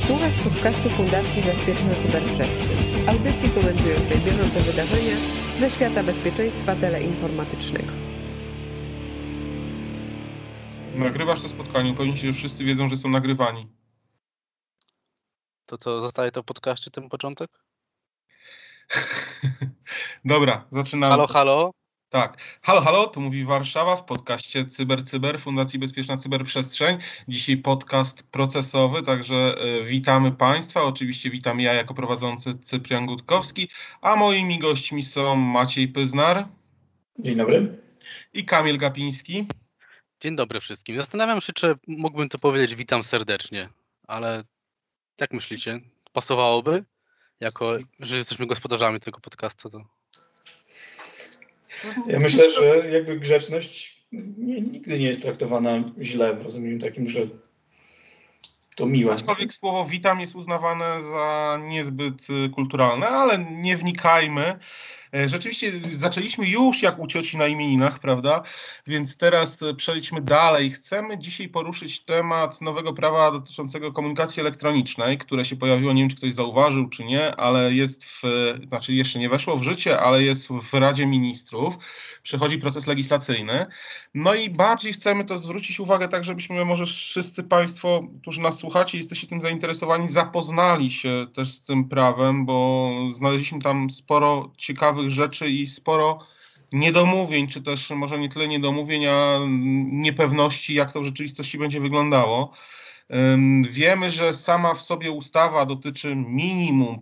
Słuchasz podcastu Fundacji Bezpieczna Cyberprzestrzeń, audycji komentującej bieżące wydarzenia ze świata bezpieczeństwa teleinformatycznego. Nagrywasz to spotkanie, upewnić się, że wszyscy wiedzą, że są nagrywani. To co, zostaje to w podcaście ten początek? Dobra, zaczynamy. Halo, halo. Tak. Halo, halo, tu mówi Warszawa w podcaście Cyber Fundacji Bezpieczna Cyberprzestrzeń. Dzisiaj podcast procesowy, także witamy Państwa. Oczywiście witam ja jako prowadzący Cyprian Gutkowski, a moimi gośćmi są Maciej Pyznar. Dzień dobry. I Kamil Gapiński. Dzień dobry wszystkim. Zastanawiam się, czy mógłbym to powiedzieć witam serdecznie, ale jak myślicie? Pasowałoby? Jako, że jesteśmy gospodarzami tego podcastu, to... Ja myślę, że jakby grzeczność nigdy nie jest traktowana źle w rozumieniu takim, że to miłe. Aczkolwiek słowo witam jest uznawane za niezbyt kulturalne, ale nie wnikajmy. Rzeczywiście zaczęliśmy już jak u cioci na imieninach, prawda? Więc teraz przejdźmy dalej. Chcemy dzisiaj poruszyć temat nowego prawa dotyczącego komunikacji elektronicznej, które się pojawiło, nie wiem czy ktoś zauważył czy nie, ale znaczy jeszcze nie weszło w życie, ale jest w Radzie Ministrów. Przechodzi proces legislacyjny. No i bardziej chcemy to zwrócić uwagę tak, żebyśmy może wszyscy Państwo, którzy nas słuchacie, jesteście tym zainteresowani, zapoznali się też z tym prawem, bo znaleźliśmy tam sporo ciekawych rzeczy i sporo niedomówień, czy też może nie tyle niedomówień, a niepewności, jak to w rzeczywistości będzie wyglądało. Wiemy, że sama w sobie ustawa dotyczy minimum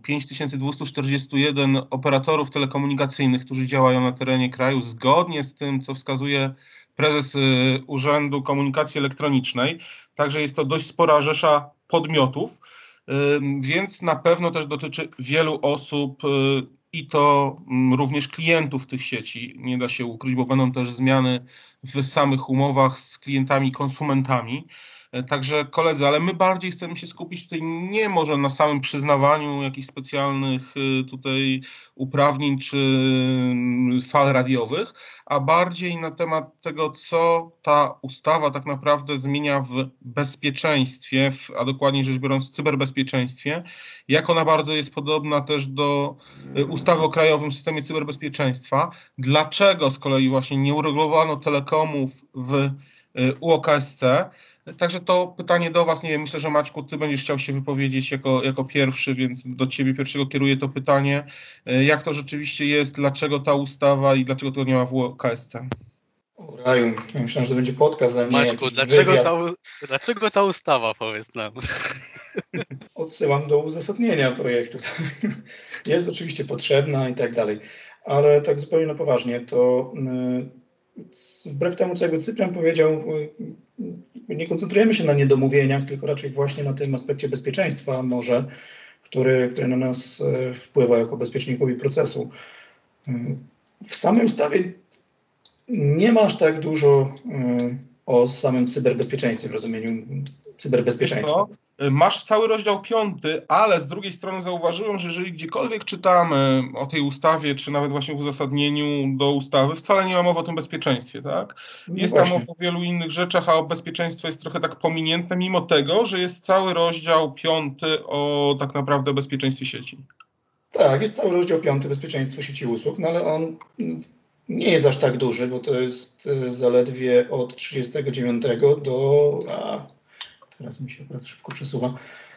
5241 operatorów telekomunikacyjnych, którzy działają na terenie kraju, zgodnie z tym, co wskazuje prezes Urzędu Komunikacji Elektronicznej. Także jest to dość spora rzesza podmiotów, więc na pewno też dotyczy wielu osób i to również klientów tych sieci. Nie da się ukryć, bo będą też zmiany w samych umowach z klientami, konsumentami. Także koledzy, ale my bardziej chcemy się skupić tutaj nie może na samym przyznawaniu jakichś specjalnych tutaj uprawnień czy fal radiowych, a bardziej na temat tego, co ta ustawa tak naprawdę zmienia w bezpieczeństwie, a dokładniej rzecz biorąc w cyberbezpieczeństwie, jak ona bardzo jest podobna też do ustawy o Krajowym Systemie Cyberbezpieczeństwa. Dlaczego z kolei właśnie nie uregulowano telekomów w UOKSC? Także to pytanie do Was, nie wiem, myślę, że Maćku, Ty będziesz chciał się wypowiedzieć jako pierwszy, więc do Ciebie pierwszego kieruję to pytanie. Jak to rzeczywiście jest, dlaczego ta ustawa i dlaczego tego nie ma w UOKSC? O raju, ja myślałem, że to będzie podcast, a nie Maćku, jakiś dlaczego ta ustawa, powiedz nam? Odsyłam do uzasadnienia projektu. Jest oczywiście potrzebna i tak dalej, ale tak zupełnie na poważnie, to wbrew temu, co jakby Cyprian powiedział, nie koncentrujemy się na niedomówieniach, tylko raczej właśnie na tym aspekcie bezpieczeństwa może, który na nas wpływa jako bezpiecznikowi procesu. W samej ustawie nie ma aż tak dużo o samym cyberbezpieczeństwie w rozumieniu cyberbezpieczeństwa. Masz cały rozdział 5, ale z drugiej strony zauważyłem, że jeżeli gdziekolwiek czytamy o tej ustawie, czy nawet właśnie w uzasadnieniu do ustawy, wcale nie ma mowy o tym bezpieczeństwie, tak? Jest tam mowa o wielu innych rzeczach, a o bezpieczeństwo jest trochę tak pominięte, mimo tego, że jest cały rozdział 5 o tak naprawdę bezpieczeństwie sieci. Tak, jest cały rozdział 5 bezpieczeństwo sieci i usług, no ale on nie jest aż tak duży, bo to jest zaledwie od 39 do... Teraz mi się akurat szybko przesuwa.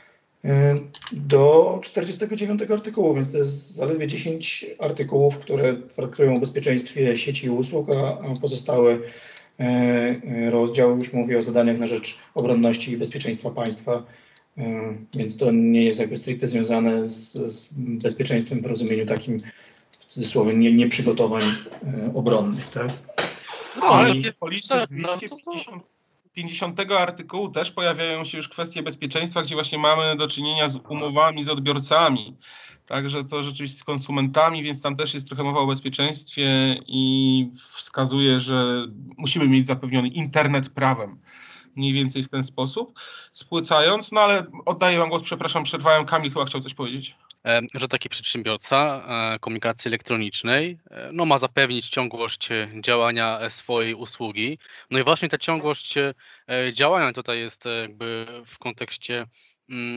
Do 49 artykułu, więc to jest zaledwie 10 artykułów, które traktują o bezpieczeństwie sieci i usług, a pozostały rozdział już mówi o zadaniach na rzecz obronności i bezpieczeństwa państwa, więc to nie jest jakby stricte związane z bezpieczeństwem w rozumieniu takim, w cudzysłowie, nieprzygotowań obronnych, tak? No, ale po liście 250 artykułu też pojawiają się już kwestie bezpieczeństwa, gdzie właśnie mamy do czynienia z umowami z odbiorcami. Także to rzeczywiście z konsumentami, więc tam też jest trochę mowa o bezpieczeństwie i wskazuje, że musimy mieć zapewniony internet prawem. Mniej więcej w ten sposób, spłycając. No ale oddaję Wam głos, przepraszam, przerwałem. Kamil chyba chciał coś powiedzieć. Że taki przedsiębiorca komunikacji elektronicznej ma zapewnić ciągłość działania swojej usługi. No i właśnie ta ciągłość działania tutaj jest jakby w kontekście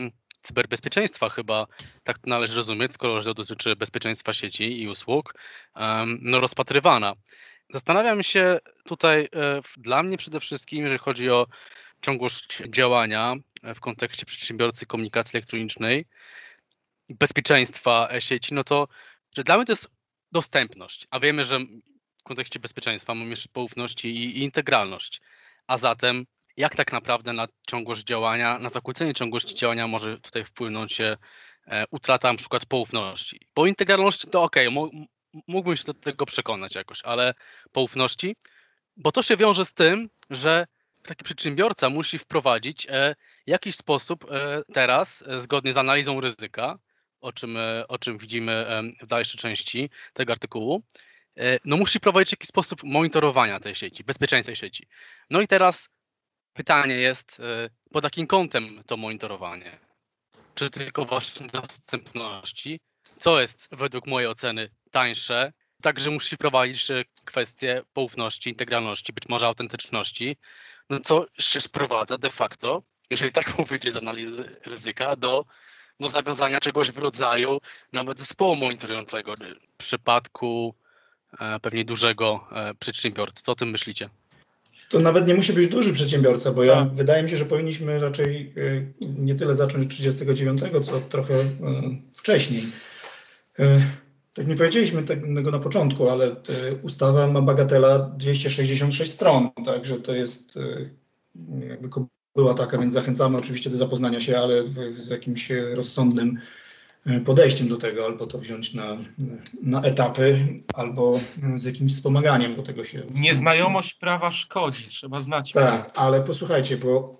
cyberbezpieczeństwa chyba, tak należy rozumieć, skoro że dotyczy bezpieczeństwa sieci i usług, no rozpatrywana. Zastanawiam się tutaj, dla mnie przede wszystkim, jeżeli chodzi o ciągłość działania w kontekście przedsiębiorcy komunikacji elektronicznej i bezpieczeństwa sieci, no to że dla mnie to jest dostępność, a wiemy, że w kontekście bezpieczeństwa mamy jeszcze poufność i integralność. A zatem jak tak naprawdę na ciągłość działania, na zakłócenie ciągłości działania może tutaj wpłynąć utrata na przykład poufności? Bo integralności to okej, mógłbym się do tego przekonać jakoś, ale poufności? Bo to się wiąże z tym, że taki przedsiębiorca musi wprowadzić w jakiś sposób teraz, zgodnie z analizą ryzyka, o czym widzimy w dalszej części tego artykułu, no musi prowadzić jakiś sposób monitorowania tej sieci, bezpieczeństwa tej sieci. No i teraz pytanie jest, pod jakim kątem to monitorowanie? Czy tylko właśnie dostępności? Co jest według mojej oceny tańsze? Także musi wprowadzić kwestię poufności, integralności, być może autentyczności, no co się sprowadza de facto, jeżeli tak powiedzieć z analizy ryzyka, do zawiązania czegoś w rodzaju nawet zespołu monitorującego w przypadku pewnie dużego przedsiębiorcy. Co o tym myślicie? To nawet nie musi być duży przedsiębiorca, bo wydaje mi się, że powinniśmy raczej nie tyle zacząć od 39, co trochę wcześniej. Tak nie powiedzieliśmy tego na początku, ale ustawa ma bagatela 266 stron, także to jest jakby była taka, więc zachęcamy oczywiście do zapoznania się, ale z jakimś rozsądnym podejściem do tego, albo to wziąć na etapy, albo z jakimś wspomaganiem, bo tego się... Nieznajomość prawa szkodzi, trzeba znać. Tak, ale posłuchajcie, bo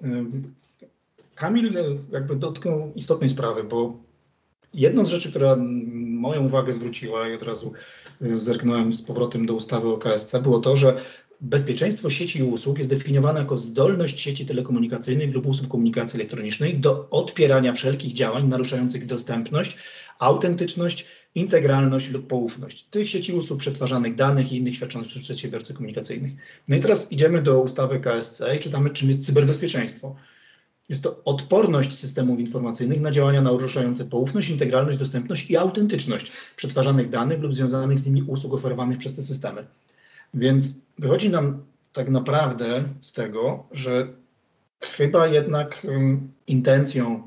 Kamil jakby dotknął istotnej sprawy, bo jedną z rzeczy, która moją uwagę zwróciła i od razu zerknąłem z powrotem do ustawy o KSC, było to, że bezpieczeństwo sieci i usług jest definiowane jako zdolność sieci telekomunikacyjnych lub usług komunikacji elektronicznej do odpierania wszelkich działań naruszających dostępność, autentyczność, integralność lub poufność tych sieci usług, przetwarzanych danych i innych świadczonych przez przedsiębiorców komunikacyjnych. No i teraz idziemy do ustawy KSC i czytamy, czym jest cyberbezpieczeństwo. Jest to odporność systemów informacyjnych na działania naruszające poufność, integralność, dostępność i autentyczność przetwarzanych danych lub związanych z nimi usług oferowanych przez te systemy. Więc wychodzi nam tak naprawdę z tego, że chyba jednak intencją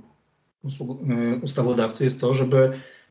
ustawodawcy jest to, żeby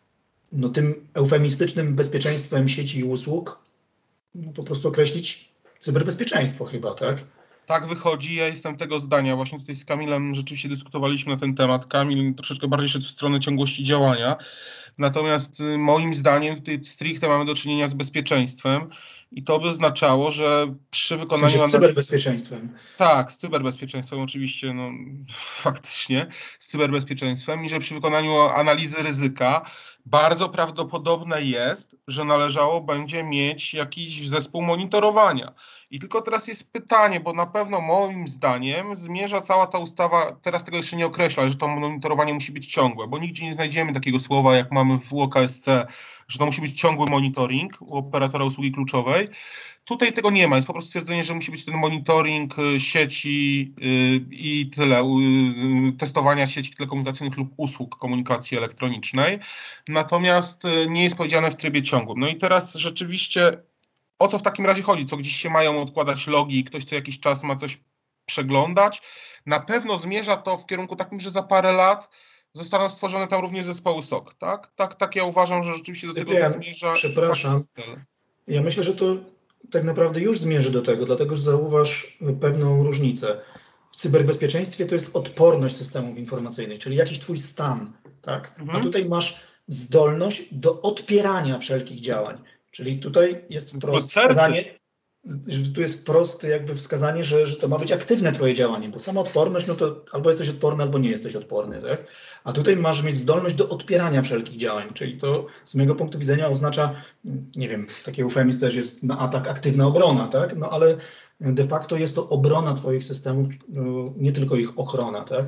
tym eufemistycznym bezpieczeństwem sieci i usług po prostu określić cyberbezpieczeństwo chyba, tak? Tak wychodzi, ja jestem tego zdania. Właśnie tutaj z Kamilem rzeczywiście dyskutowaliśmy na ten temat. Kamil troszeczkę bardziej szedł w stronę ciągłości działania. Natomiast moim zdaniem tutaj stricte mamy do czynienia z bezpieczeństwem i to by oznaczało, że przy wykonaniu... Z cyberbezpieczeństwem. Tak, z cyberbezpieczeństwem oczywiście, no faktycznie, z cyberbezpieczeństwem i że przy wykonaniu analizy ryzyka bardzo prawdopodobne jest, że należało będzie mieć jakiś zespół monitorowania. I tylko teraz jest pytanie, bo na pewno moim zdaniem zmierza cała ta ustawa, teraz tego jeszcze nie określa, że to monitorowanie musi być ciągłe, bo nigdzie nie znajdziemy takiego słowa, jak mamy w UOKSC, że to musi być ciągły monitoring u operatora usługi kluczowej. Tutaj tego nie ma, jest po prostu stwierdzenie, że musi być ten monitoring sieci i tyle, testowania sieci telekomunikacyjnych lub usług komunikacji elektronicznej, natomiast nie jest powiedziane w trybie ciągłym. No i teraz rzeczywiście o co w takim razie chodzi? Co gdzieś się mają odkładać logi, ktoś co jakiś czas ma coś przeglądać? Na pewno zmierza to w kierunku takim, że za parę lat zostaną stworzone tam również zespoły SOC, tak? Tak ja uważam, że rzeczywiście do tego to zmierza. Przepraszam, ja myślę, że to tak naprawdę już zmierzy do tego, dlatego że zauważ pewną różnicę. W cyberbezpieczeństwie to jest odporność systemów informacyjnych, czyli jakiś twój stan, tak? A tutaj masz zdolność do odpierania wszelkich działań. Czyli tutaj jest wprost wskazanie, tu jest prosty jakby wskazanie, że to ma być aktywne twoje działanie, bo sama odporność, no to albo jesteś odporny, albo nie jesteś odporny, tak? A tutaj masz mieć zdolność do odpierania wszelkich działań, czyli to z mojego punktu widzenia oznacza, nie wiem, taki eufemizm też jest na atak, aktywna obrona, tak? No ale de facto jest to obrona twoich systemów, nie tylko ich ochrona, tak?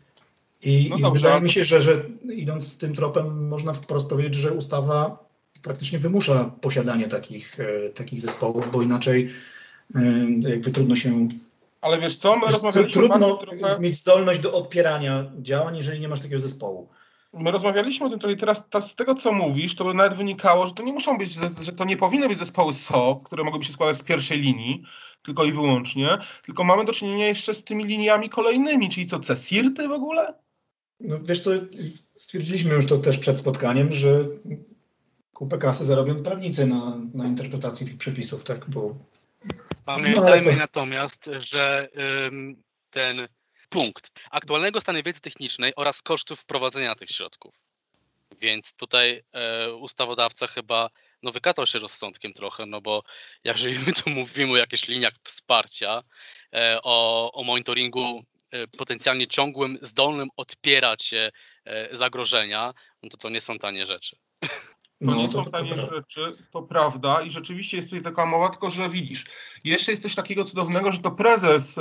I wydaje mi się, że idąc tym tropem można wprost powiedzieć, że ustawa praktycznie wymusza posiadanie takich zespołów, bo inaczej jakby trudno się Ale wiesz co, my rozmawialiśmy Trudno trochę... mieć zdolność do odpierania działań, jeżeli nie masz takiego zespołu. My rozmawialiśmy o tym trochę teraz z tego, co mówisz, to by nawet wynikało, że to nie muszą być, że to nie powinny być zespoły SOP, które mogłyby się składać z pierwszej linii, tylko i wyłącznie, tylko mamy do czynienia jeszcze z tymi liniami kolejnymi, czyli co, CSIRT-y w ogóle? No wiesz co, stwierdziliśmy już to też przed spotkaniem, że kupę kasy zarobią prawnicy na interpretacji tych przepisów, tak, bo... Pamiętajmy natomiast, że ten punkt aktualnego stanu wiedzy technicznej oraz kosztów wprowadzenia tych środków. Więc tutaj ustawodawca chyba wykazał się rozsądkiem trochę, bo jeżeli my tu mówimy o jakichś liniach wsparcia, o monitoringu potencjalnie ciągłym, zdolnym odpierać się zagrożenia, to nie są tanie rzeczy. To nie są tanie rzeczy, to prawda i rzeczywiście jest tutaj taka mowa, tylko że widzisz, jeszcze jest coś takiego cudownego, że to prezes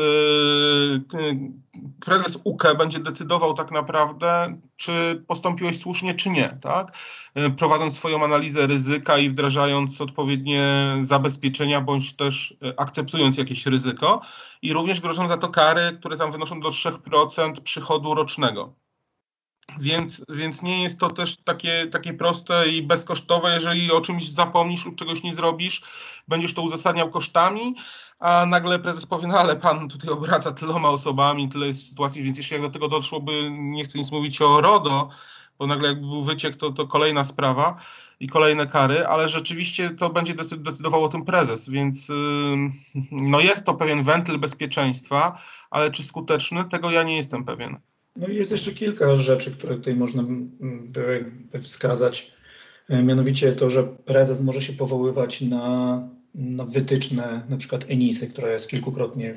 UKE będzie decydował tak naprawdę, czy postąpiłeś słusznie, czy nie, tak? Prowadząc swoją analizę ryzyka i wdrażając odpowiednie zabezpieczenia, bądź też akceptując jakieś ryzyko i również grożą za to kary, które tam wynoszą do 3% przychodu rocznego. Więc nie jest to też takie proste i bezkosztowe, jeżeli o czymś zapomnisz lub czegoś nie zrobisz, będziesz to uzasadniał kosztami, a nagle prezes powie, no ale pan tutaj obraca tyloma osobami, tyle jest sytuacji, więc jeśli jak do tego doszłoby, nie chcę nic mówić o RODO, bo nagle jakby był wyciek, to kolejna sprawa i kolejne kary, ale rzeczywiście to będzie decydował o tym prezes, więc no jest to pewien wentyl bezpieczeństwa, ale czy skuteczny, tego ja nie jestem pewien. No i jest jeszcze kilka rzeczy, które tutaj można by wskazać. Mianowicie to, że prezes może się powoływać na wytyczne, na przykład ENISA, która jest kilkukrotnie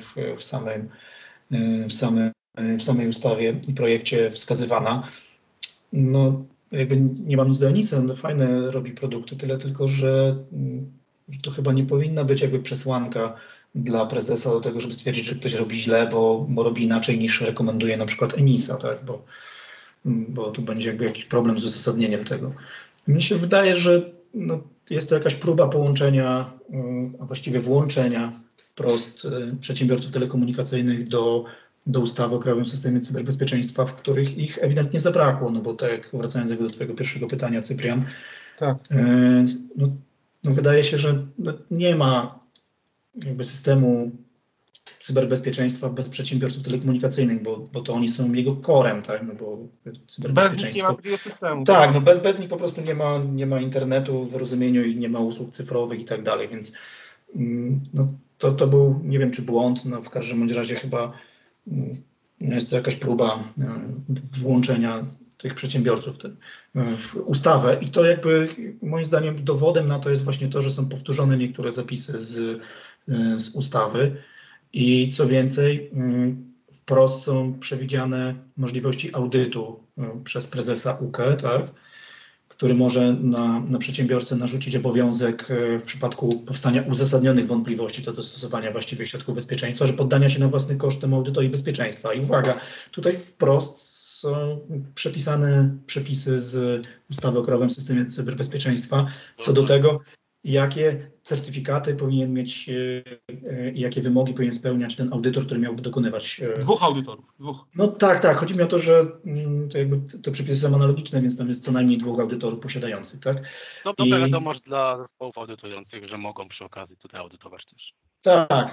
w samej ustawie i projekcie wskazywana. No jakby nie mam nic do ENISA, no fajne robi produkty, tyle tylko, że to chyba nie powinna być jakby przesłanka dla prezesa do tego, żeby stwierdzić, że ktoś robi źle, bo robi inaczej niż rekomenduje na przykład ENISA, tak? Bo tu będzie jakby jakiś problem z uzasadnieniem tego. Mi się wydaje, że jest to jakaś próba połączenia, a właściwie włączenia wprost przedsiębiorców telekomunikacyjnych do ustawy o Krajowym Systemie Cyberbezpieczeństwa, w których ich ewidentnie zabrakło, bo tak wracając do twojego pierwszego pytania, Cyprian, tak. Wydaje się, że nie ma jakby systemu cyberbezpieczeństwa bez przedsiębiorców telekomunikacyjnych, bo to oni są jego corem, tak? Bo bez nich nie ma takiego systemu. Tak, bez nich po prostu nie ma internetu w rozumieniu i nie ma usług cyfrowych i tak dalej, więc to był, nie wiem czy błąd, w każdym bądź razie chyba jest to jakaś próba włączenia tych przedsiębiorców w ustawę i to jakby moim zdaniem dowodem na to jest właśnie to, że są powtórzone niektóre zapisy z ustawy i co więcej wprost są przewidziane możliwości audytu przez prezesa UKE, tak, który może na przedsiębiorcę narzucić obowiązek w przypadku powstania uzasadnionych wątpliwości do stosowania właściwych środków bezpieczeństwa, że poddania się na własny koszt temu audytowi bezpieczeństwa. I uwaga, tutaj wprost są przepisane przepisy z ustawy o Krajowym Systemie Cyberbezpieczeństwa co do tego, jakie certyfikaty powinien mieć i jakie wymogi powinien spełniać ten audytor, który miałby dokonywać. 2 audytorów. 2. No tak. Chodzi mi o to, że te przepisy są analogiczne, więc tam jest co najmniej 2 audytorów posiadających, tak? No to wiadomo dla zespołów audytujących, że mogą przy okazji tutaj audytować też. Tak,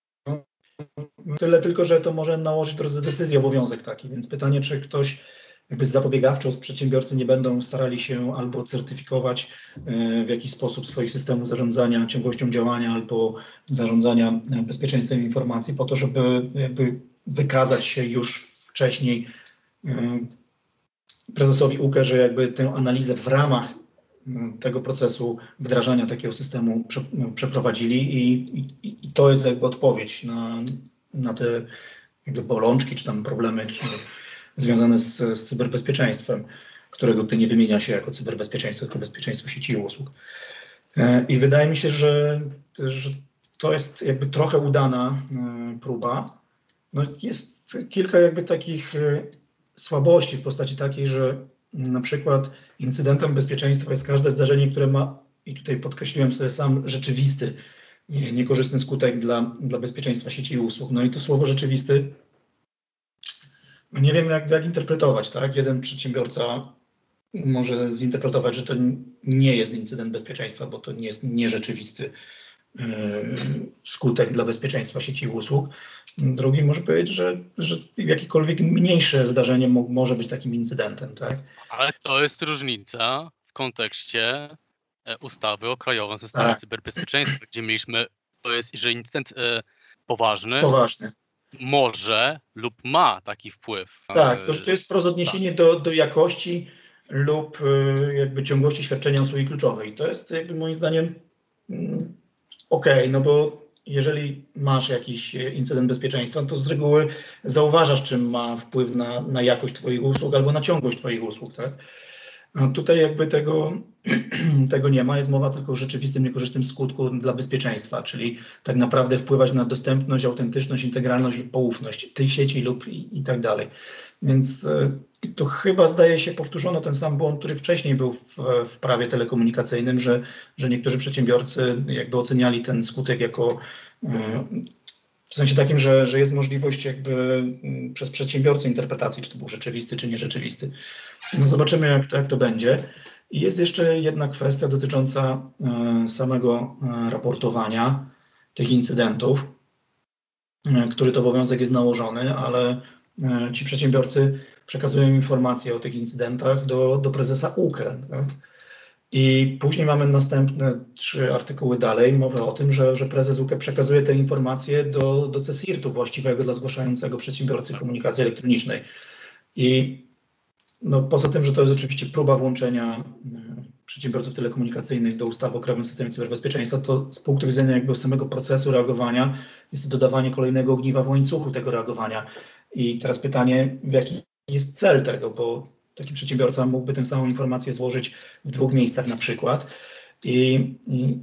tyle tylko, że to może nałożyć w drodze decyzji obowiązek taki, więc pytanie, czy ktoś jakby zapobiegawczo z przedsiębiorcy nie będą starali się albo certyfikować w jakiś sposób swoich systemów zarządzania ciągłością działania albo zarządzania bezpieczeństwem informacji po to, żeby jakby wykazać się już wcześniej prezesowi UKE, że jakby tę analizę w ramach tego procesu wdrażania takiego systemu przeprowadzili i to jest jakby odpowiedź na te jakby bolączki czy tam problemy związane z cyberbezpieczeństwem, którego ty nie wymienia się jako cyberbezpieczeństwo, tylko bezpieczeństwo sieci i usług. I wydaje mi się, że to jest jakby trochę udana próba. Jest kilka jakby takich słabości w postaci takiej, że na przykład incydentem bezpieczeństwa jest każde zdarzenie, które ma, i tutaj podkreśliłem sobie sam, rzeczywisty niekorzystny skutek dla bezpieczeństwa sieci i usług. No i to słowo rzeczywisty, nie wiem jak interpretować, tak? Jeden przedsiębiorca może zinterpretować, że to nie jest incydent bezpieczeństwa, bo to nie jest nierzeczywisty skutek dla bezpieczeństwa sieci i usług. Drugi może powiedzieć, że jakiekolwiek mniejsze zdarzenie może być takim incydentem, tak? Ale to jest różnica w kontekście ustawy o krajowym systemie cyberbezpieczeństwa, gdzie mieliśmy, to jest, że incydent poważny może lub ma taki wpływ. Tak, to jest wprost odniesienie do jakości lub jakby ciągłości świadczenia usługi kluczowej. To jest jakby moim zdaniem okej, no bo jeżeli masz jakiś incydent bezpieczeństwa, to z reguły zauważasz, czym ma wpływ na jakość Twoich usług albo na ciągłość Twoich usług, tak? No tutaj jakby tego nie ma, jest mowa tylko o rzeczywistym niekorzystnym skutku dla bezpieczeństwa, czyli tak naprawdę wpływać na dostępność, autentyczność, integralność lub poufność tych sieci lub i tak dalej. Więc to chyba zdaje się powtórzono ten sam błąd, który wcześniej był w prawie telekomunikacyjnym, że niektórzy przedsiębiorcy jakby oceniali ten skutek jako w sensie takim, że jest możliwość jakby przez przedsiębiorcę interpretacji, czy to był rzeczywisty, czy nierzeczywisty. No zobaczymy, jak to będzie. I jest jeszcze jedna kwestia dotycząca samego raportowania tych incydentów, który to obowiązek jest nałożony, ale ci przedsiębiorcy przekazują informacje o tych incydentach do prezesa UKE. Tak? I później mamy następne 3 artykuły dalej, mowę o tym, że prezes UKE przekazuje te informacje do CSIRT-u właściwego dla zgłaszającego przedsiębiorcy komunikacji elektronicznej. I no, poza tym, że to jest oczywiście próba włączenia przedsiębiorców telekomunikacyjnych do ustawy o krajowym systemie cyberbezpieczeństwa, to z punktu widzenia jakby samego procesu reagowania jest to dodawanie kolejnego ogniwa w łańcuchu tego reagowania. I teraz pytanie, w jaki jest cel tego, bo taki przedsiębiorca mógłby tę samą informację złożyć w 2 miejscach na przykład i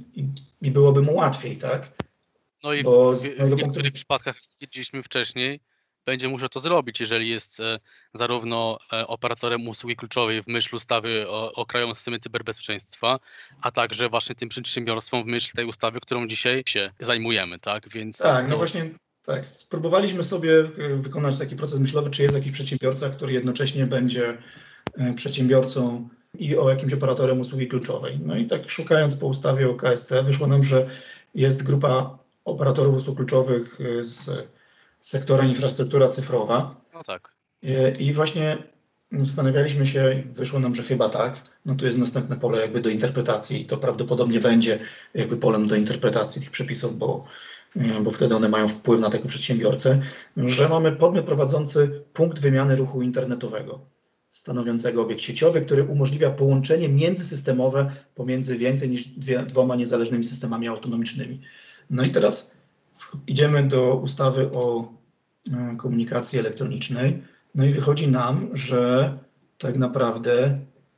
byłoby mu łatwiej, tak? No i bo w niektórych przypadkach, jak stwierdziliśmy wcześniej, będzie musiał to zrobić, jeżeli jest zarówno operatorem usługi kluczowej w myśl ustawy o krajowym systemie cyberbezpieczeństwa, a także właśnie tym przedsiębiorstwom w myśl tej ustawy, którą dzisiaj się zajmujemy, tak? Więc tak, no właśnie tak. Spróbowaliśmy sobie wykonać taki proces myślowy, czy jest jakiś przedsiębiorca, który jednocześnie będzie przedsiębiorcą i jakimś operatorem usługi kluczowej. No i tak szukając po ustawie o KSC wyszło nam, że jest grupa operatorów usług kluczowych z sektora infrastruktura cyfrowa. No tak. I właśnie zastanawialiśmy się, wyszło nam, że chyba tak. No tu jest następne pole jakby do interpretacji i to prawdopodobnie będzie jakby polem do interpretacji tych przepisów, bo wtedy one mają wpływ na tego przedsiębiorcę, że mamy podmiot prowadzący punkt wymiany ruchu internetowego, stanowiącego obiekt sieciowy, który umożliwia połączenie międzysystemowe pomiędzy więcej niż 2 niezależnymi systemami autonomicznymi. No i teraz idziemy do ustawy o komunikacji elektronicznej, no i wychodzi nam, że tak naprawdę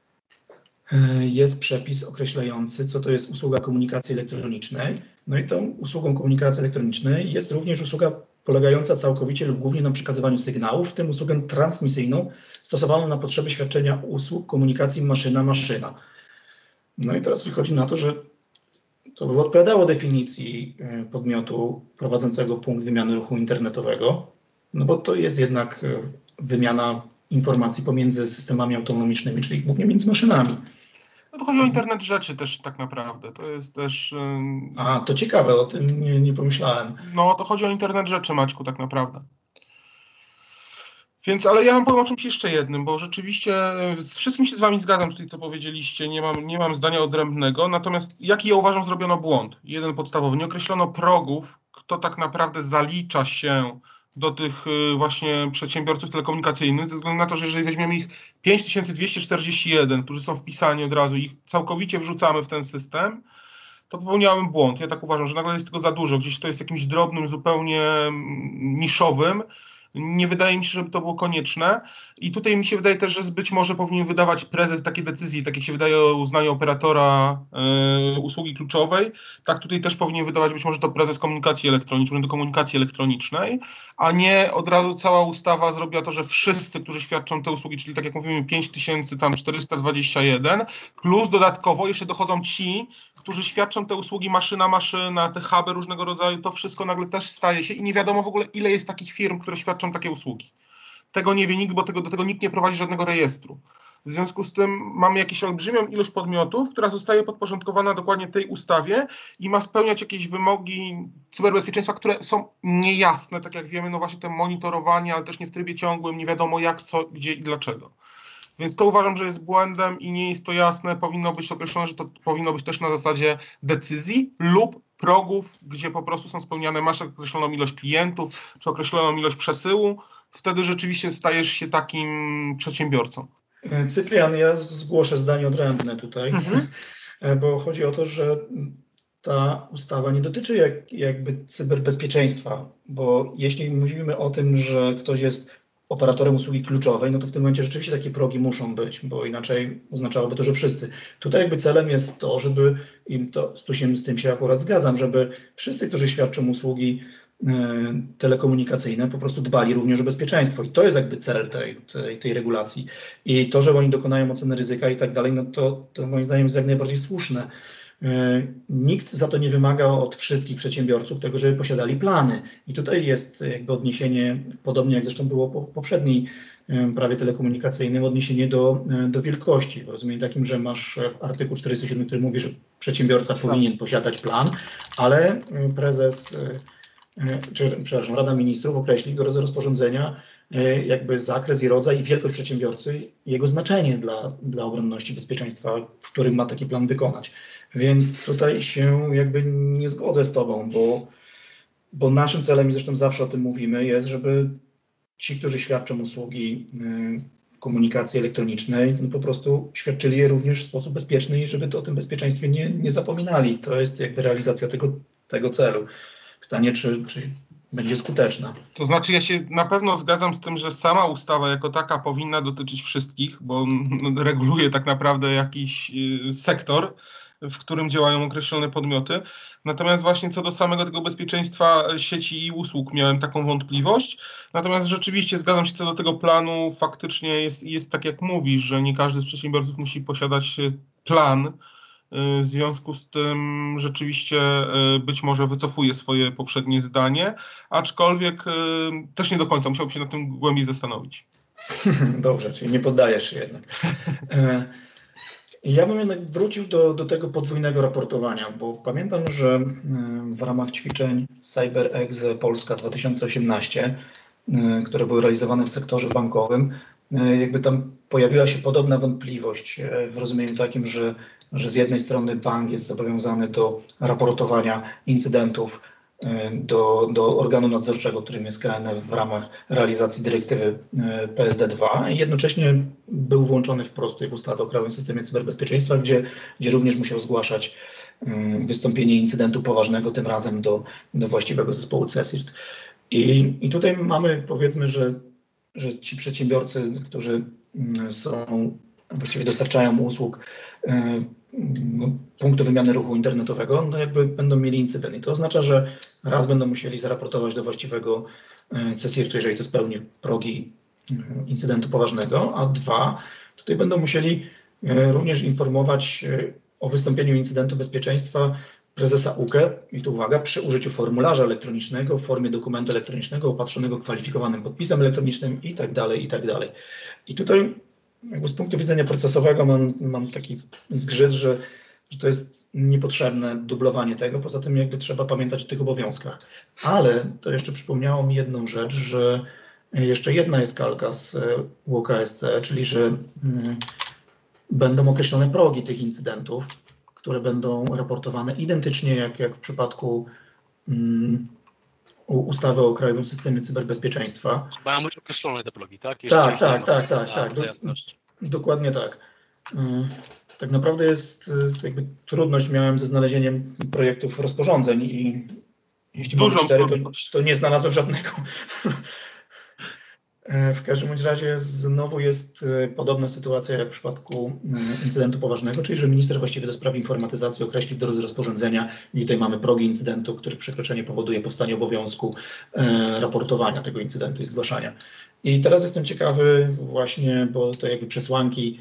jest przepis określający, co to jest usługa komunikacji elektronicznej. No i tą usługą komunikacji elektronicznej jest również usługa polegająca całkowicie lub głównie na przekazywaniu sygnałów, w tym usługę transmisyjną stosowaną na potrzeby świadczenia usług komunikacji maszyna-maszyna. No i teraz wychodzi na to, że to by odpowiadało definicji podmiotu prowadzącego punkt wymiany ruchu internetowego, no bo to jest jednak wymiana informacji pomiędzy systemami autonomicznymi, czyli głównie między maszynami. No to chodzi o internet rzeczy też tak naprawdę. To jest też... A, to ciekawe, o tym nie pomyślałem. No, to chodzi o internet rzeczy, Maćku, tak naprawdę. Więc, ale ja wam powiem o czymś jeszcze jednym, bo rzeczywiście z wszystkim się z wami zgadzam tutaj, co powiedzieliście, nie mam zdania odrębnego, natomiast jaki ja uważam zrobiono błąd? Jeden podstawowy, nie określono progów, kto tak naprawdę zalicza się do tych właśnie przedsiębiorców telekomunikacyjnych, ze względu na to, że jeżeli weźmiemy ich 5241, którzy są wpisani od razu, ich całkowicie wrzucamy w ten system, to popełniałem błąd. Ja tak uważam, że nagle jest tego za dużo, gdzieś to jest jakimś drobnym, zupełnie niszowym. Nie wydaje mi się, żeby to było konieczne i tutaj mi się wydaje też, że być może powinien wydawać prezes takie decyzje, tak jak się wydaje o uznaniu operatora usługi kluczowej, tak tutaj też powinien wydawać być może to prezes komunikacji elektronicznej, do komunikacji elektronicznej, a nie od razu cała ustawa zrobiła to, że wszyscy, którzy świadczą te usługi, czyli tak jak mówimy 5421, plus dodatkowo jeszcze dochodzą ci, którzy świadczą te usługi maszyna, te huby różnego rodzaju, to wszystko nagle też staje się i nie wiadomo w ogóle, ile jest takich firm, które świadczą takie usługi. Tego nie wie nikt, bo do tego nikt nie prowadzi żadnego rejestru. W związku z tym mamy jakąś olbrzymią ilość podmiotów, która zostaje podporządkowana dokładnie tej ustawie i ma spełniać jakieś wymogi cyberbezpieczeństwa, które są niejasne, tak jak wiemy, no właśnie te monitorowanie, ale też nie w trybie ciągłym, nie wiadomo jak, co, gdzie i dlaczego. Więc to uważam, że jest błędem i nie jest to jasne. Powinno być określone, że to powinno być też na zasadzie decyzji lub progów, gdzie po prostu są spełniane, masz określoną ilość klientów, czy określoną ilość przesyłu. Wtedy rzeczywiście stajesz się takim przedsiębiorcą. Cyprian, ja zgłoszę zdanie odrębne tutaj, bo chodzi o to, że ta ustawa nie dotyczy jakby cyberbezpieczeństwa, bo jeśli mówimy o tym, że ktoś jest operatorem usługi kluczowej, no to w tym momencie rzeczywiście takie progi muszą być, bo inaczej oznaczałoby to, że wszyscy. Tutaj jakby celem jest to, żeby z tym się akurat zgadzam, żeby wszyscy, którzy świadczą usługi telekomunikacyjne, po prostu dbali również o bezpieczeństwo i to jest jakby cel tej regulacji. I to, że oni dokonają oceny ryzyka i tak dalej, no to moim zdaniem jest jak najbardziej słuszne. Nikt za to nie wymaga od wszystkich przedsiębiorców tego, żeby posiadali plany. I tutaj jest jakby odniesienie, podobnie jak zresztą było po poprzedniej prawie telekomunikacyjnym, odniesienie do wielkości. W rozumieniu takim, że masz artykuł 47, który mówi, że przedsiębiorca powinien posiadać plan, ale Rada Ministrów określi do rozporządzenia jakby zakres i rodzaj i wielkość przedsiębiorcy, jego znaczenie dla obronności bezpieczeństwa, w którym ma taki plan wykonać. Więc tutaj się jakby nie zgodzę z Tobą, bo naszym celem, i zresztą zawsze o tym mówimy, jest, żeby ci, którzy świadczą usługi komunikacji elektronicznej, no po prostu świadczyli je również w sposób bezpieczny i żeby o tym bezpieczeństwie nie zapominali. To jest jakby realizacja tego celu. Pytanie, czy będzie skuteczna. To znaczy ja się na pewno zgadzam z tym, że sama ustawa jako taka powinna dotyczyć wszystkich, bo reguluje tak naprawdę jakiś sektor, w którym działają określone podmioty. Natomiast właśnie co do samego tego bezpieczeństwa sieci i usług miałem taką wątpliwość. Natomiast rzeczywiście zgadzam się co do tego planu. Faktycznie jest tak jak mówisz, że nie każdy z przedsiębiorców musi posiadać plan. W związku z tym rzeczywiście być może wycofuję swoje poprzednie zdanie, aczkolwiek też nie do końca, musiałbym się nad tym głębiej zastanowić. Dobrze, czyli nie poddajesz się jednak. Ja bym jednak wrócił do tego podwójnego raportowania, bo pamiętam, że w ramach ćwiczeń CyberExe Polska 2018, które były realizowane w sektorze bankowym, jakby tam pojawiła się podobna wątpliwość w rozumieniu takim, że z jednej strony bank jest zobowiązany do raportowania incydentów do organu nadzorczego, którym jest KNF w ramach realizacji dyrektywy PSD2 i jednocześnie był włączony wprost w ustawę o Krajowym Systemie Cyberbezpieczeństwa, gdzie również musiał zgłaszać wystąpienie incydentu poważnego, tym razem do właściwego zespołu CSIRT. I tutaj mamy, powiedzmy, że ci przedsiębiorcy, którzy właściwie dostarczają usług punktu wymiany ruchu internetowego, no jakby będą mieli incydent. I to oznacza, że raz będą musieli zaraportować do właściwego CSIRT-u, jeżeli to spełni progi incydentu poważnego, a dwa, tutaj będą musieli również informować o wystąpieniu incydentu bezpieczeństwa prezesa UKE, i tu uwaga, przy użyciu formularza elektronicznego w formie dokumentu elektronicznego opatrzonego kwalifikowanym podpisem elektronicznym i tak dalej, i tak dalej. I tutaj jakby z punktu widzenia procesowego mam taki zgrzyt, że to jest niepotrzebne dublowanie tego, poza tym jakby trzeba pamiętać o tych obowiązkach. Ale to jeszcze przypomniało mi jedną rzecz, że jeszcze jedna jest kalka z UKSC, czyli że będą określone progi tych incydentów, które będą raportowane identycznie jak w przypadku ustawy o Krajowym Systemie Cyberbezpieczeństwa. Mają być określone te progi, tak? Tak. Dokładnie tak. Tak naprawdę jest jakby trudność miałem ze znalezieniem projektów rozporządzeń i jeśli mamy 4, to nie znalazłem żadnego. W każdym razie znowu jest podobna sytuacja jak w przypadku incydentu poważnego, czyli że minister właściwy do spraw informatyzacji określi w drodze rozporządzenia i tutaj mamy progi incydentu, których przekroczenie powoduje powstanie obowiązku raportowania tego incydentu i zgłaszania. I teraz jestem ciekawy właśnie, bo to jakby przesłanki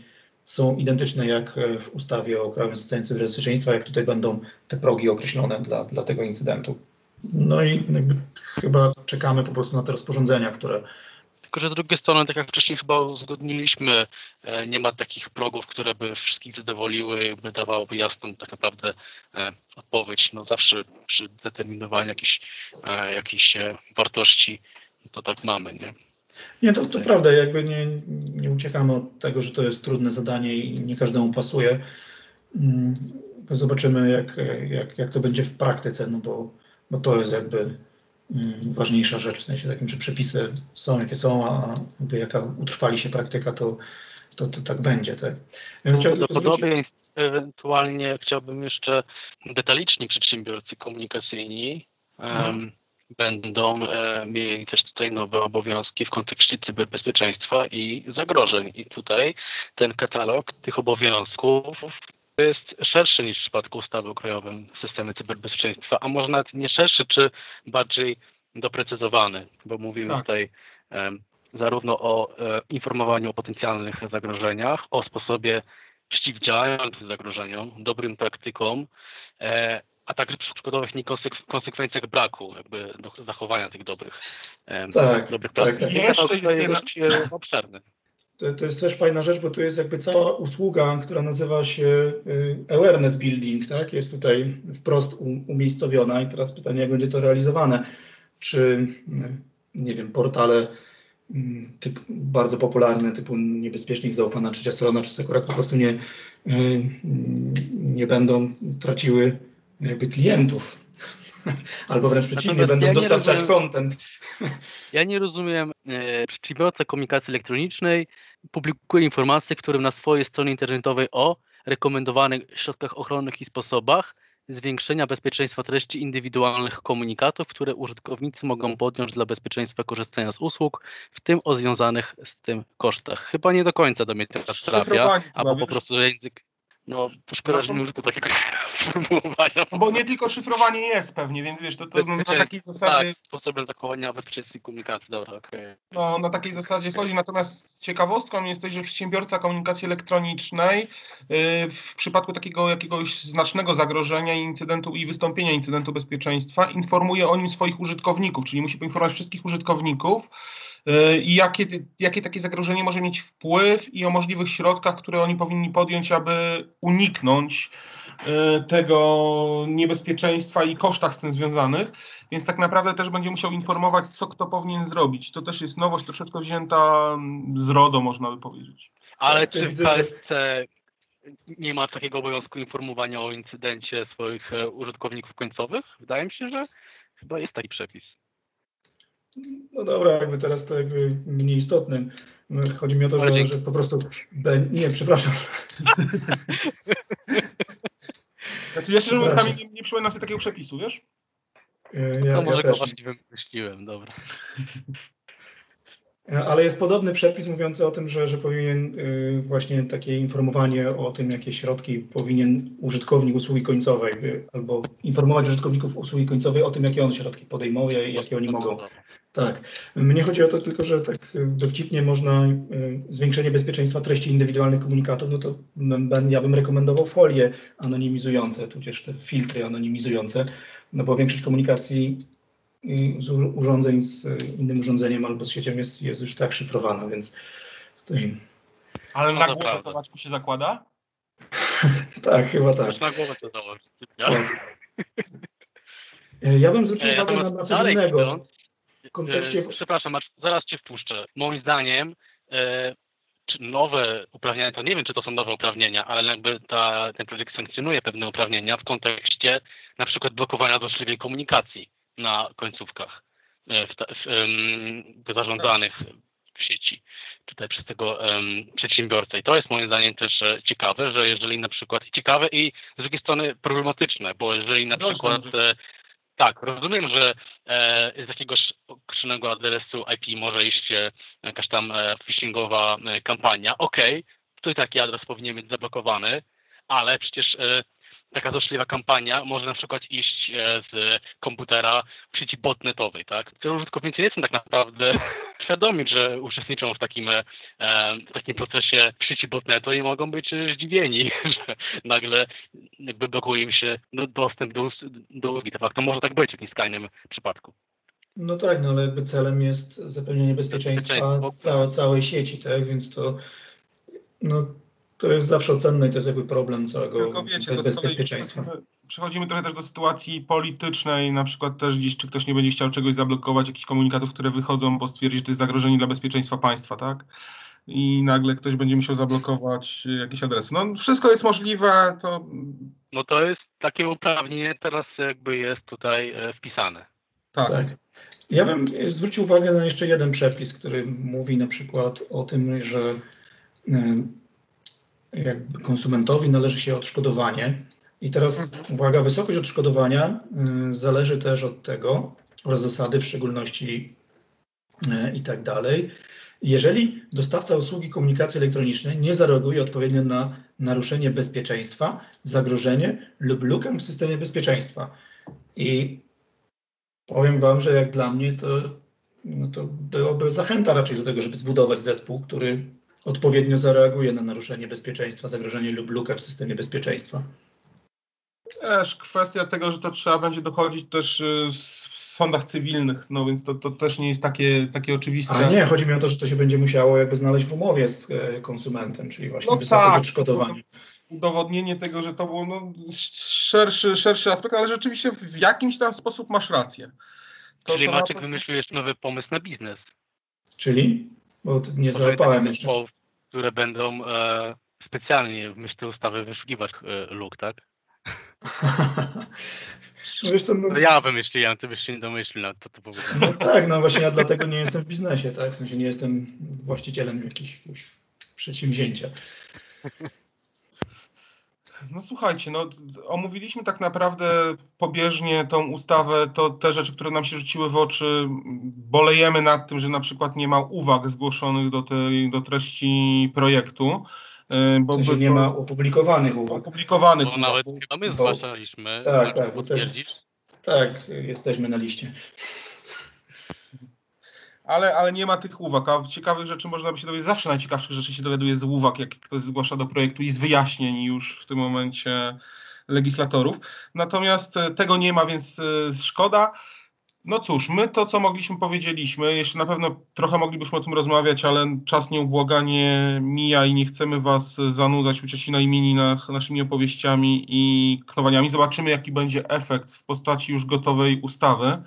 są identyczne jak w ustawie o Krajowym Systemie Cyberbezpieczeństwa, jak tutaj będą te progi określone dla tego incydentu. No i jakby chyba czekamy po prostu na te rozporządzenia, które... Tylko że z drugiej strony, tak jak wcześniej chyba uzgodniliśmy, nie ma takich progów, które by wszystkich zadowoliły, by dawałoby jasną tak naprawdę odpowiedź. No zawsze przy determinowaniu jakichś wartości to tak mamy, nie? Nie, to prawda, jakby nie uciekamy od tego, że to jest trudne zadanie i nie każdemu pasuje. Zobaczymy, jak to będzie w praktyce, no bo to jest jakby ważniejsza rzecz, w sensie takim, że przepisy są jakie są, a jakby jaka utrwali się praktyka, to tak będzie. Tak. Prawdopodobnie ewentualnie chciałbym jeszcze detaliczni przedsiębiorcy komunikacyjni będą mieli też tutaj nowe obowiązki w kontekście cyberbezpieczeństwa i zagrożeń. I tutaj ten katalog tych obowiązków jest szerszy niż w przypadku ustawy o Krajowym Systemie Cyberbezpieczeństwa, a może nawet nie szerszy, czy bardziej doprecyzowany, bo mówimy tutaj zarówno o informowaniu o potencjalnych zagrożeniach, o sposobie przeciwdziałania tym zagrożeniom, dobrym praktykom, a także przykładowych konsekwencjach braku jakby zachowania tych dobrych praktyk. Jeszcze jest jedna... obszerny. To jest też fajna rzecz, bo to jest jakby cała usługa, która nazywa się awareness building, tak? Jest tutaj wprost umiejscowiona i teraz pytanie, jak będzie to realizowane. Czy, nie wiem, portale bardzo popularne, typu Niebezpiecznik, Zaufana Trzecia Strona, czy Sekurat po prostu nie będą traciły jakby klientów. Albo wręcz przeciwnie, będą dostarczać content. Ja nie rozumiem, przedsiębiorca komunikacji elektronicznej publikuje informacje, w którym na swojej stronie internetowej o rekomendowanych środkach ochronnych i sposobach zwiększenia bezpieczeństwa treści indywidualnych komunikatów, które użytkownicy mogą podjąć dla bezpieczeństwa korzystania z usług, w tym o związanych z tym kosztach. Chyba nie do końca do mnie to trafia, albo po prostu język... No, szkoda, że nie użyto takiego sformułowania. No bo nie tylko szyfrowanie jest pewnie, więc wiesz, to na takiej zasadzie... Tak, sposobem zachowania bezpieczeństwa komunikacji, dobra, okej. No, na takiej zasadzie chodzi, natomiast ciekawostką jest to, że przedsiębiorca komunikacji elektronicznej w przypadku takiego jakiegoś znacznego zagrożenia i wystąpienia incydentu bezpieczeństwa informuje o nim swoich użytkowników, czyli musi poinformować wszystkich użytkowników i jakie takie zagrożenie może mieć wpływ i o możliwych środkach, które oni powinni podjąć, aby uniknąć tego niebezpieczeństwa i kosztach z tym związanych, więc tak naprawdę też będzie musiał informować, co kto powinien zrobić. To też jest nowość troszeczkę wzięta z RODO, można by powiedzieć. Ale czy w Polsce nie ma takiego obowiązku informowania o incydencie swoich użytkowników końcowych? Wydaje mi się, że chyba jest taki przepis. No dobra, jakby teraz to jakby mniej istotnym. Chodzi mi o to, że po prostu... Nie, przepraszam. Znaczy, ja szczerze mówiąc, nie przypominam sobie takiego przepisu, wiesz? To może go właśnie wymyśliłem, dobra. Ale jest podobny przepis mówiący o tym, że powinien właśnie takie informowanie o tym, jakie środki powinien użytkownik usługi końcowej, albo informować użytkowników usługi końcowej o tym, jakie on środki podejmuje i jakie oni mogą. Tak. Mnie chodzi o to tylko, że tak dowcipnie można zwiększenie bezpieczeństwa treści indywidualnych komunikatów, no to ja bym rekomendował folie anonimizujące, tudzież te filtry anonimizujące, no bo większość komunikacji z urządzeń z innym urządzeniem albo z siecią jest już tak szyfrowana, więc tutaj... Ale na głowę to Maćku się zakłada? Tak, chyba tak. Na głowę to założyć. Tak. Ja bym zwrócił uwagę na coś innego. W kontekście... Przepraszam, zaraz cię wpuszczę. Moim zdaniem czy nowe uprawnienia, to nie wiem, czy to są nowe uprawnienia, ale jakby ten projekt sankcjonuje pewne uprawnienia w kontekście na przykład blokowania złośliwej komunikacji na końcówkach zarządzanych w sieci tutaj przez tego przedsiębiorcę. I to jest moim zdaniem też ciekawe, że jeżeli na przykład ciekawe i z drugiej strony problematyczne, bo jeżeli na przykład tak, rozumiem, że z jakiegoś określonego adresu IP może iść jakaś tam phishingowa kampania. Okej, to i taki adres powinien być zablokowany, ale przecież taka złośliwa kampania może na przykład iść z komputera w sieci botnetowej, tak? To użytkownicy nie są tak naprawdę świadomi, że uczestniczą w takim procesie w sieci botnetu i mogą być zdziwieni, że nagle jakby blokuje im się dostęp do usługi. To może tak być w jakimś skrajnym przypadku. No tak, no ale jakby celem jest zapewnienie bezpieczeństwa całej sieci, tak? Więc to jest zawsze cenne i to jest jakby problem całego Tylko wiecie, to z kolei bezpieczeństwa. przechodzimy trochę też do sytuacji politycznej, na przykład też gdzieś, czy ktoś nie będzie chciał czegoś zablokować, jakichś komunikatów, które wychodzą, bo stwierdzi, że to jest zagrożenie dla bezpieczeństwa państwa, tak? I nagle ktoś będzie musiał zablokować jakieś adresy. No wszystko jest możliwe, to... No to jest takie uprawnienie teraz jakby jest tutaj wpisane. Tak. Ja bym zwrócił uwagę na jeszcze jeden przepis, który mówi na przykład o tym, że jakby konsumentowi należy się odszkodowanie. I teraz uwaga, wysokość odszkodowania zależy też od tego, oraz zasady w szczególności i tak dalej. Jeżeli dostawca usługi komunikacji elektronicznej nie zareaguje odpowiednio na naruszenie bezpieczeństwa, zagrożenie lub lukę w systemie bezpieczeństwa. I powiem Wam, że jak dla mnie to byłoby zachęta raczej do tego, żeby zbudować zespół, który odpowiednio zareaguje na naruszenie bezpieczeństwa, zagrożenie lub lukę w systemie bezpieczeństwa. Też kwestia tego, że to trzeba będzie dochodzić też w sądach cywilnych, no więc to też nie jest takie oczywiste. A nie, chodzi mi o to, że to się będzie musiało jakby znaleźć w umowie z konsumentem, czyli właśnie wysokość odszkodowania. Udowodnienie tego, że to był szerszy aspekt, ale rzeczywiście w jakimś tam sposób masz rację. Czyli Maciek wymyśliłeś nowy pomysł na biznes. Czyli? Bo nie załapałem jeszcze. Które będą specjalnie w myśl tej ustawy wyszukiwać luk, tak? No wiesz co, ja wymyśliłem, ty byś się nie domyślił na to powiedziałem. No tak, no właśnie ja dlatego nie jestem w biznesie, tak? W sensie nie jestem właścicielem jakiegoś przedsięwzięcia. No słuchajcie, no omówiliśmy tak naprawdę pobieżnie tą ustawę, to te rzeczy, które nam się rzuciły w oczy, bolejemy nad tym, że na przykład nie ma uwag zgłoszonych do treści projektu. Bo w sensie nie ma opublikowanych uwag. Bo nawet chyba my zgłaszaliśmy. Tak, bo też, tak, jesteśmy na liście. Ale nie ma tych uwag, a ciekawych rzeczy można by się dowiedzieć, zawsze najciekawszych rzeczy się dowiaduje z uwag, jak ktoś zgłasza do projektu i z wyjaśnień już w tym momencie legislatorów. Natomiast tego nie ma, więc szkoda. No cóż, my to, co mogliśmy, powiedzieliśmy. Jeszcze na pewno trochę moglibyśmy o tym rozmawiać, ale czas nieubłaganie mija i nie chcemy Was zanudzać u cioci na imieninach naszymi opowieściami i knowaniami. Zobaczymy, jaki będzie efekt w postaci już gotowej ustawy.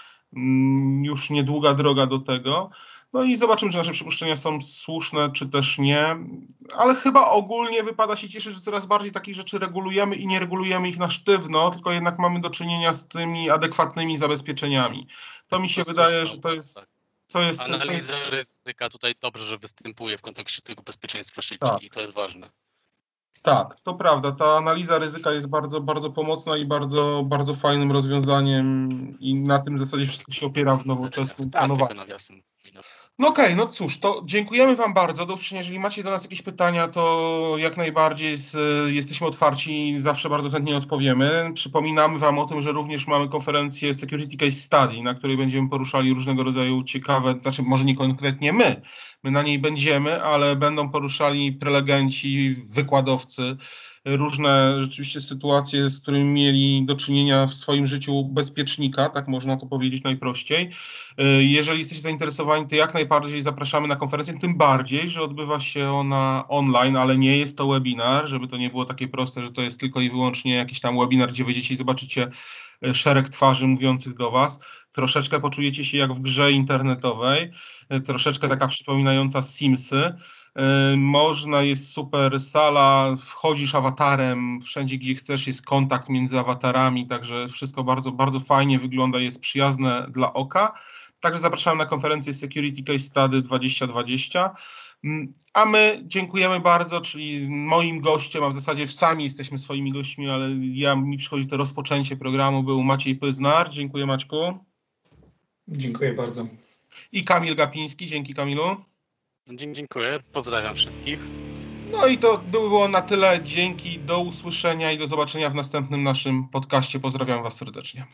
Już niedługa droga do tego. No i zobaczymy, czy nasze przypuszczenia są słuszne, czy też nie. Ale chyba ogólnie wypada się cieszyć, że coraz bardziej takich rzeczy regulujemy i nie regulujemy ich na sztywno, tylko jednak mamy do czynienia z tymi adekwatnymi zabezpieczeniami. To mi się wydaje, że to jest... Analiza ryzyka tutaj dobrze, że występuje w kontekście tego bezpieczeństwa sieci i to jest ważne. Tak, to prawda. Ta analiza ryzyka jest bardzo, bardzo pomocna i bardzo, bardzo fajnym rozwiązaniem i na tym w zasadzie wszystko się opiera w nowoczesnym planowaniu. No okej, no cóż, to dziękujemy Wam bardzo. Do usłyszenia. Jeżeli macie do nas jakieś pytania, to jak najbardziej jesteśmy otwarci i zawsze bardzo chętnie odpowiemy. Przypominamy Wam o tym, że również mamy konferencję Security Case Study, na której będziemy poruszali różnego rodzaju ciekawe, znaczy może nie konkretnie my na niej będziemy, ale będą poruszali prelegenci, wykładowcy, różne rzeczywiście sytuacje, z którymi mieli do czynienia w swoim życiu bezpiecznika, tak można to powiedzieć najprościej. Jeżeli jesteście zainteresowani, to jak najbardziej zapraszamy na konferencję, tym bardziej, że odbywa się ona online, ale nie jest to webinar, żeby to nie było takie proste, że to jest tylko i wyłącznie jakiś tam webinar, gdzie wejdziecie i zobaczycie szereg twarzy mówiących do Was. Troszeczkę poczujecie się jak w grze internetowej, troszeczkę taka przypominająca Simsy. Jest super sala, wchodzisz awatarem, wszędzie gdzie chcesz jest kontakt między awatarami, także wszystko bardzo, bardzo fajnie wygląda, jest przyjazne dla oka. Także zapraszam na konferencję Security Case Study 2020. A my dziękujemy bardzo, czyli moim gościem, a w zasadzie sami jesteśmy swoimi gośćmi, ale mi przychodzi to rozpoczęcie programu, był Maciej Pyznar. Dziękuję Maćku. Dziękuję bardzo. I Kamil Gapiński. Dzięki Kamilu. Dziękuję, pozdrawiam wszystkich. No i to było na tyle. Dzięki, do usłyszenia i do zobaczenia w następnym naszym podcaście. Pozdrawiam Was serdecznie.